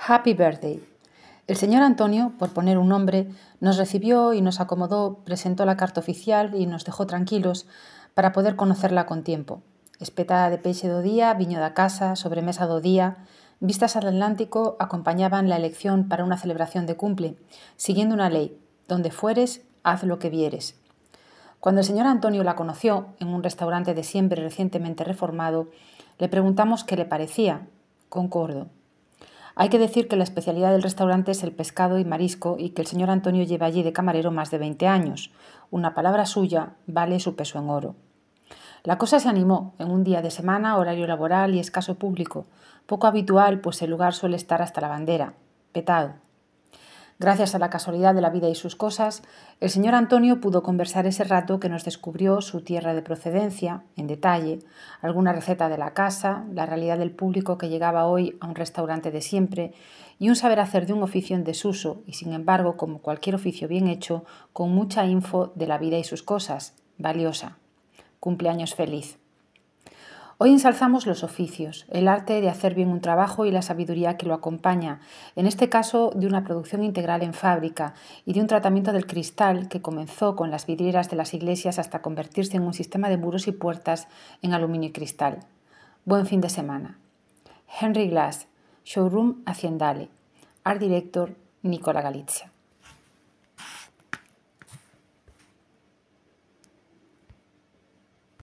Happy Birthday. El señor Antonio, por poner un nombre, nos recibió y nos acomodó, presentó la carta oficial y nos dejó tranquilos para poder conocerla con tiempo. Espetada de peixe do día, viño da casa, sobremesa do día, vistas al Atlántico acompañaban la elección para una celebración de cumple, siguiendo una ley: donde fueres, haz lo que vieres. Cuando el señor Antonio la conoció en un restaurante de siempre recientemente reformado, le preguntamos qué le parecía. Concordo. Hay que decir que la especialidad del restaurante es el pescado y marisco y que el señor Antonio lleva allí de camarero más de 20 años. Una palabra suya vale su peso en oro. La cosa se animó en un día de semana, horario laboral y escaso público, poco habitual pues el lugar suele estar hasta la bandera, petado. Gracias a la casualidad de la vida y sus cosas, el señor Antonio pudo conversar ese rato que nos descubrió su tierra de procedencia, en detalle, alguna receta de la casa, la realidad del público que llegaba hoy a un restaurante de siempre y un saber hacer de un oficio en desuso y, sin embargo, como cualquier oficio bien hecho, con mucha info de la vida y sus cosas, valiosa. Cumpleaños feliz. Hoy ensalzamos los oficios, el arte de hacer bien un trabajo y la sabiduría que lo acompaña, en este caso de una producción integral en fábrica y de un tratamiento del cristal que comenzó con las vidrieras de las iglesias hasta convertirse en un sistema de muros y puertas en aluminio y cristal. Buen fin de semana. Henry Glass, Showroom Haciendale, Art Director Nicola Galizia.